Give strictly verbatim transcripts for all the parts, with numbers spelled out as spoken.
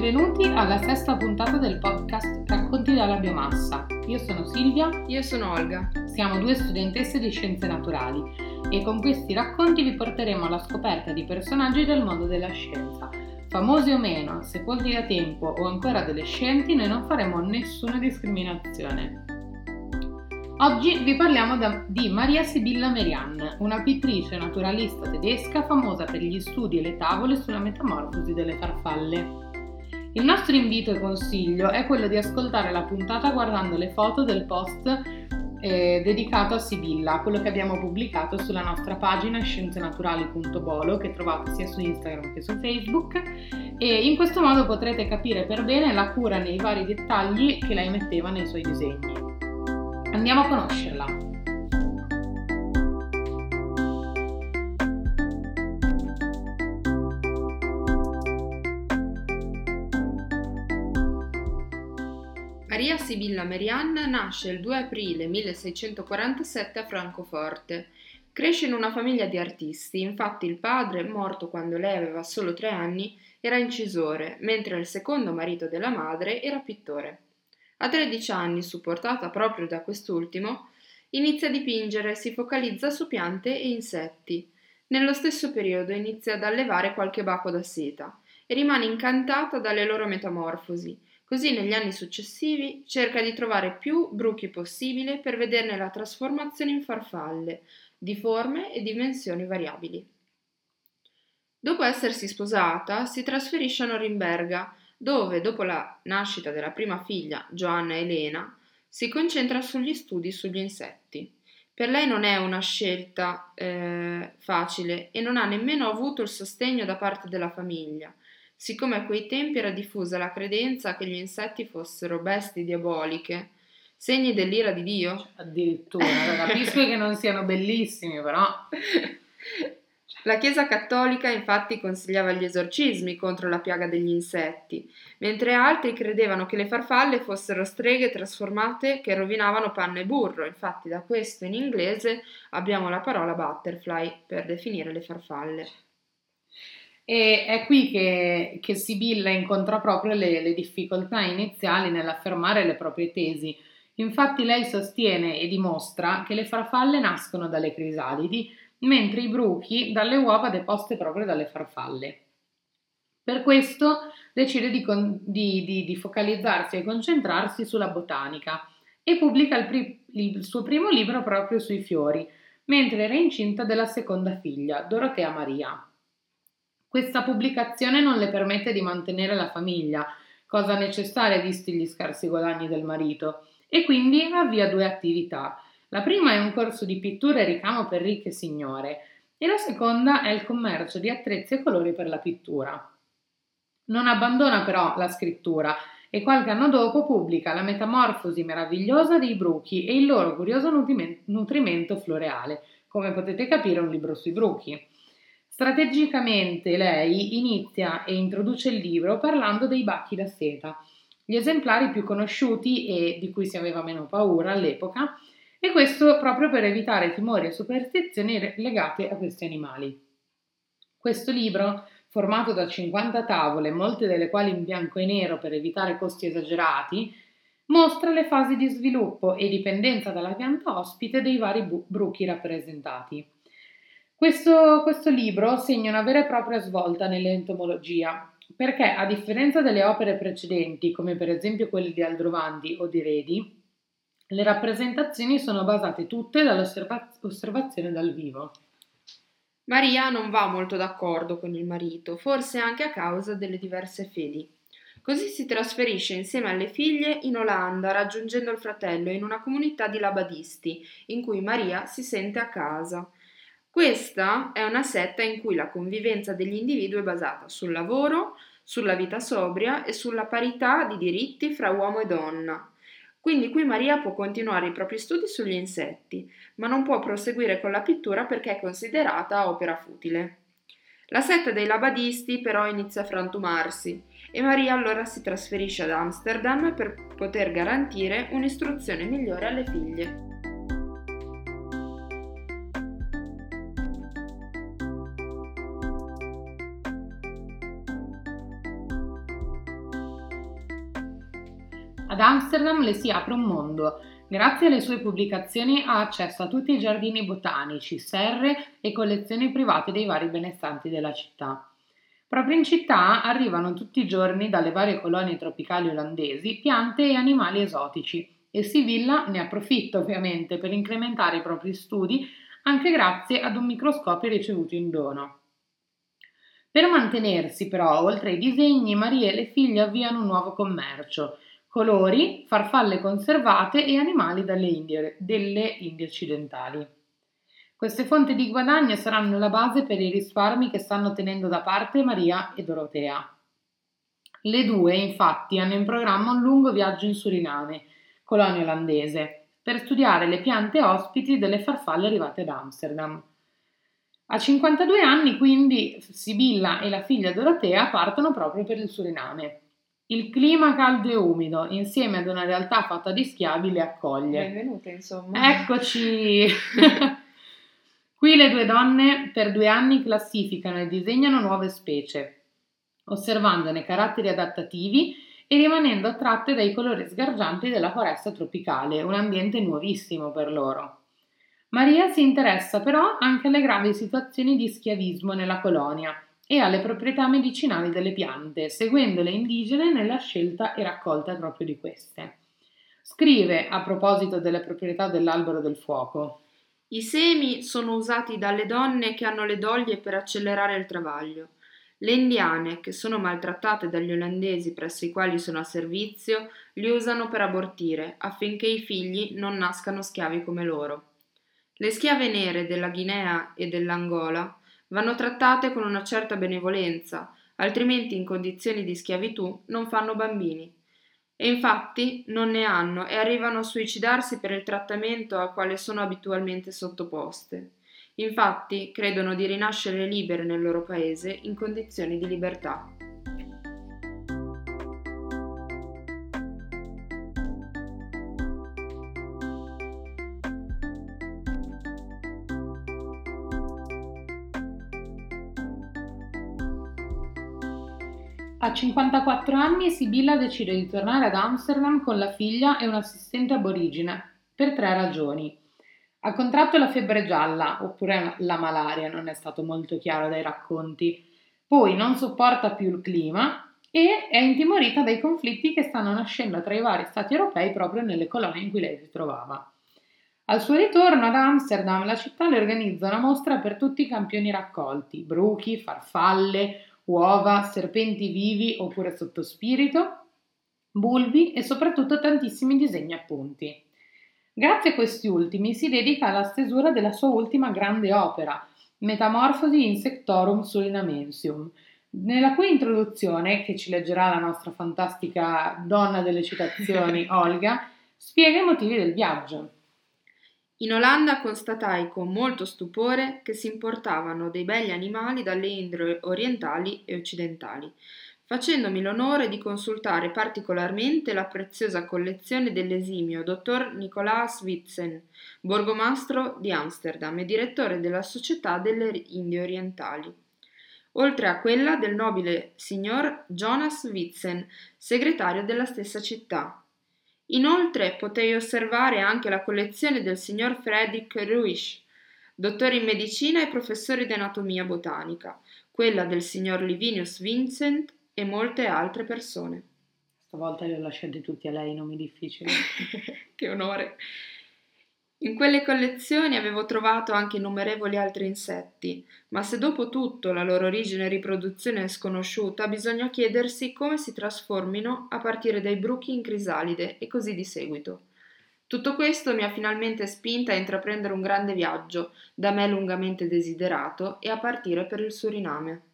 benvenuti alla sesta puntata del podcast Racconti dalla biomassa. Io sono Silvia. Io sono Olga. Siamo due studentesse di scienze naturali e con questi racconti vi porteremo alla scoperta di personaggi del mondo della scienza. Famosi o meno, sepolti da tempo o ancora adolescenti, noi non faremo nessuna discriminazione. Oggi vi parliamo da, di Maria Sibilla Merian, una pittrice naturalista tedesca famosa per gli studi e le tavole sulla metamorfosi delle farfalle. Il nostro invito e consiglio è quello di ascoltare la puntata guardando le foto del post eh, dedicato a Sibilla, quello che abbiamo pubblicato sulla nostra pagina scienzenaturali punto bolo, che trovate sia su Instagram che su Facebook, e in questo modo potrete capire per bene la cura nei vari dettagli che lei metteva nei suoi disegni. Andiamo a conoscerla. Maria Sibilla Merian nasce il due aprile milleseicentoquarantasette a Francoforte. Cresce in una famiglia di artisti, infatti il padre, morto quando lei aveva solo tre anni, era incisore, mentre il secondo marito della madre era pittore. A tredici anni, supportata proprio da quest'ultimo, inizia a dipingere e si focalizza su piante e insetti. Nello stesso periodo inizia ad allevare qualche baco da seta e rimane incantata dalle loro metamorfosi. Così negli anni successivi cerca di trovare più bruchi possibile per vederne la trasformazione in farfalle, di forme e dimensioni variabili. Dopo essersi sposata, si trasferisce a Norimberga, dove, dopo la nascita della prima figlia, Joanna Elena, si concentra sugli studi sugli insetti. Per lei non è una scelta eh, facile e non ha nemmeno avuto il sostegno da parte della famiglia, siccome a quei tempi era diffusa la credenza che gli insetti fossero bestie diaboliche, segni dell'ira di Dio. Addirittura, capisco che non siano bellissimi, però... La Chiesa cattolica infatti consigliava gli esorcismi contro la piaga degli insetti, mentre altri credevano che le farfalle fossero streghe trasformate che rovinavano panna e burro. Infatti da questo in inglese abbiamo la parola butterfly per definire le farfalle. E è qui che, che Sibilla incontra proprio le, le difficoltà iniziali nell'affermare le proprie tesi. Infatti lei sostiene e dimostra che le farfalle nascono dalle crisalidi, mentre i bruchi dalle uova deposte proprio dalle farfalle. Per questo decide di, con, di, di, di focalizzarsi e concentrarsi sulla botanica e pubblica il, pri, il suo primo libro proprio sui fiori, mentre era incinta della seconda figlia, Dorotea Maria. Questa pubblicazione non le permette di mantenere la famiglia, cosa necessaria visti gli scarsi guadagni del marito, e quindi avvia due attività. La prima è un corso di pittura e ricamo per ricche signore e la seconda è il commercio di attrezzi e colori per la pittura. Non abbandona però la scrittura e qualche anno dopo pubblica La metamorfosi meravigliosa dei bruchi e il loro curioso nutrimento floreale, come potete capire un libro sui bruchi. Strategicamente lei inizia e introduce il libro parlando dei bachi da seta, gli esemplari più conosciuti e di cui si aveva meno paura all'epoca, e questo proprio per evitare timori e superstizioni legate a questi animali. Questo libro, formato da cinquanta tavole, molte delle quali in bianco e nero per evitare costi esagerati, mostra le fasi di sviluppo e dipendenza dalla pianta ospite dei vari bu- bruchi rappresentati. Questo, questo libro segna una vera e propria svolta nell'entomologia, perché a differenza delle opere precedenti, come per esempio quelle di Aldrovandi o di Redi, le rappresentazioni sono basate tutte dall'osservazione dal vivo. Maria non va molto d'accordo con il marito, forse anche a causa delle diverse fedi. Così si trasferisce insieme alle figlie in Olanda, raggiungendo il fratello in una comunità di labadisti, in cui Maria si sente a casa. Questa è una setta in cui la convivenza degli individui è basata sul lavoro, sulla vita sobria e sulla parità di diritti fra uomo e donna. Quindi qui Maria può continuare i propri studi sugli insetti, ma non può proseguire con la pittura perché è considerata opera futile. La setta dei labadisti però inizia a frantumarsi e Maria allora si trasferisce ad Amsterdam per poter garantire un'istruzione migliore alle figlie. Amsterdam le si apre un mondo. Grazie alle sue pubblicazioni ha accesso a tutti i giardini botanici, serre e collezioni private dei vari benestanti della città. Proprio in città arrivano tutti i giorni dalle varie colonie tropicali olandesi piante e animali esotici e Sibilla ne approfitta ovviamente per incrementare i propri studi anche grazie ad un microscopio ricevuto in dono. Per mantenersi però, oltre ai disegni, Maria e le figlie avviano un nuovo commercio: colori, farfalle conservate e animali dalle Indie, delle Indie occidentali. Queste fonti di guadagno saranno la base per i risparmi che stanno tenendo da parte Maria e Dorotea. Le due, infatti, hanno in programma un lungo viaggio in Suriname, colonia olandese, per studiare le piante ospiti delle farfalle arrivate ad Amsterdam. A cinquantadue anni, quindi, Sibilla e la figlia Dorotea partono proprio per il Suriname. Il clima caldo e umido, insieme ad una realtà fatta di schiavi, le accoglie. Benvenute, insomma. Eccoci! Qui le due donne per due anni classificano e disegnano nuove specie, osservandone caratteri adattativi e rimanendo attratte dai colori sgargianti della foresta tropicale, un ambiente nuovissimo per loro. Maria si interessa però anche alle gravi situazioni di schiavismo nella colonia e alle proprietà medicinali delle piante, seguendo le indigene nella scelta e raccolta proprio di queste. Scrive a proposito delle proprietà dell'albero del fuoco: i semi sono usati dalle donne che hanno le doglie per accelerare il travaglio. Le indiane, che sono maltrattate dagli olandesi presso i quali sono a servizio, li usano per abortire, affinché i figli non nascano schiavi come loro. Le schiave nere della Guinea e dell'Angola vanno trattate con una certa benevolenza, altrimenti in condizioni di schiavitù non fanno bambini. E infatti non ne hanno e arrivano a suicidarsi per il trattamento al quale sono abitualmente sottoposte. Infatti credono di rinascere libere nel loro paese in condizioni di libertà. A cinquantaquattro anni Sibilla decide di tornare ad Amsterdam con la figlia e un assistente aborigine, per tre ragioni. Ha contratto la febbre gialla, oppure la malaria, non è stato molto chiaro dai racconti, poi non sopporta più il clima e è intimorita dai conflitti che stanno nascendo tra i vari stati europei proprio nelle colonie in cui lei si trovava. Al suo ritorno ad Amsterdam, la città le organizza una mostra per tutti i campioni raccolti: bruchi, farfalle, uova, serpenti vivi oppure sottospirito, bulbi e soprattutto tantissimi disegni appunti. Grazie a questi ultimi si dedica alla stesura della sua ultima grande opera, Metamorfosi Insectorum Surinamensium, nella cui introduzione, che ci leggerà la nostra fantastica donna delle citazioni, Olga, spiega i motivi del viaggio. In Olanda constatai con molto stupore che si importavano dei begli animali dalle Indie orientali e occidentali, facendomi l'onore di consultare particolarmente la preziosa collezione dell'esimio dottor Nicolaas Witsen, borgomastro di Amsterdam e direttore della Società delle Indie Orientali, oltre a quella del nobile signor Jonas Witsen, segretario della stessa città. Inoltre potei osservare anche la collezione del signor Frederick Ruisch, dottore in medicina e professore di anatomia botanica, quella del signor Livinius Vincent e molte altre persone. Stavolta li ho lasciati tutti a lei, nomi difficili. Che onore! In quelle collezioni avevo trovato anche innumerevoli altri insetti, ma se dopo tutto la loro origine e riproduzione è sconosciuta, bisogna chiedersi come si trasformino a partire dai bruchi in crisalide e così di seguito. Tutto questo mi ha finalmente spinta a intraprendere un grande viaggio, da me lungamente desiderato, e a partire per il Suriname.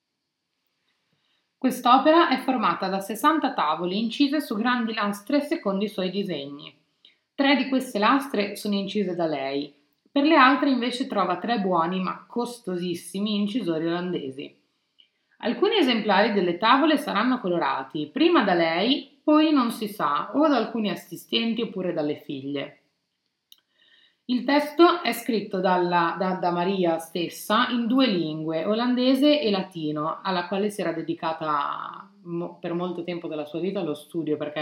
Quest'opera è formata da sessanta tavole incise su grandi lastre secondo i suoi disegni. Tre di queste lastre sono incise da lei, per le altre invece trova tre buoni ma costosissimi incisori olandesi. Alcuni esemplari delle tavole saranno colorati, prima da lei, poi non si sa, o da alcuni assistenti oppure dalle figlie. Il testo è scritto dalla, da, da Maria stessa in due lingue, olandese e latino, alla quale si era dedicata mo, per molto tempo della sua vita allo studio, perché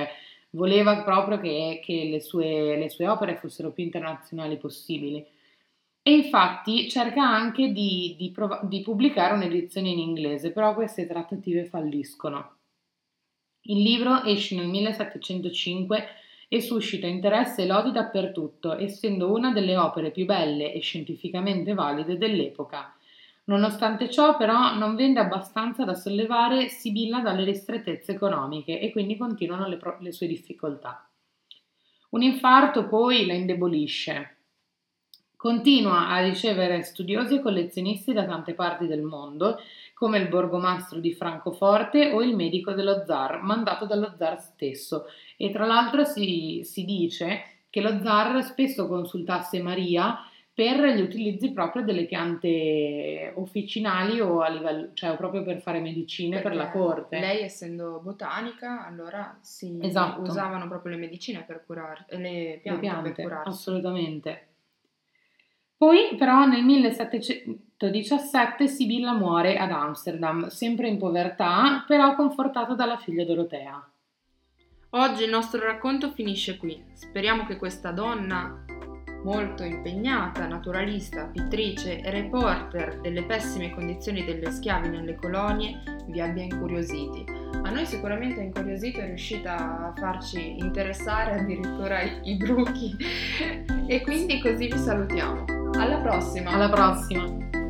voleva proprio che, che le, sue, le sue opere fossero più internazionali possibili. E infatti cerca anche di, di, prov- di pubblicare un'edizione in inglese, però queste trattative falliscono. Il libro esce nel millesettecentocinque e suscita interesse e lodi dappertutto, essendo una delle opere più belle e scientificamente valide dell'epoca. Nonostante ciò, però, non vende abbastanza da sollevare Sibilla dalle ristrettezze economiche e quindi continuano le, pro- le sue difficoltà. Un infarto poi la indebolisce. Continua a ricevere studiosi e collezionisti da tante parti del mondo, come il borgomastro di Francoforte o il medico dello zar, mandato dallo zar stesso. E tra l'altro si, si dice che lo zar spesso consultasse Maria per gli utilizzi proprio delle piante officinali o a livello, cioè proprio per fare medicine per la Perché corte. lei, essendo botanica, allora si Esatto. usavano proprio le medicine per curare, le Le piante, piante, per curarsi. assolutamente. Poi però nel millesettecentodiciassette Sibilla muore ad Amsterdam, sempre in povertà, però confortata dalla figlia Dorotea. Oggi il nostro racconto finisce qui. Speriamo che questa donna molto impegnata, naturalista, pittrice e reporter delle pessime condizioni delle schiavi nelle colonie vi abbia incuriositi. A noi sicuramente è incuriosito, è riuscita a farci interessare addirittura i, i bruchi e quindi così vi salutiamo. Alla prossima! Alla prossima!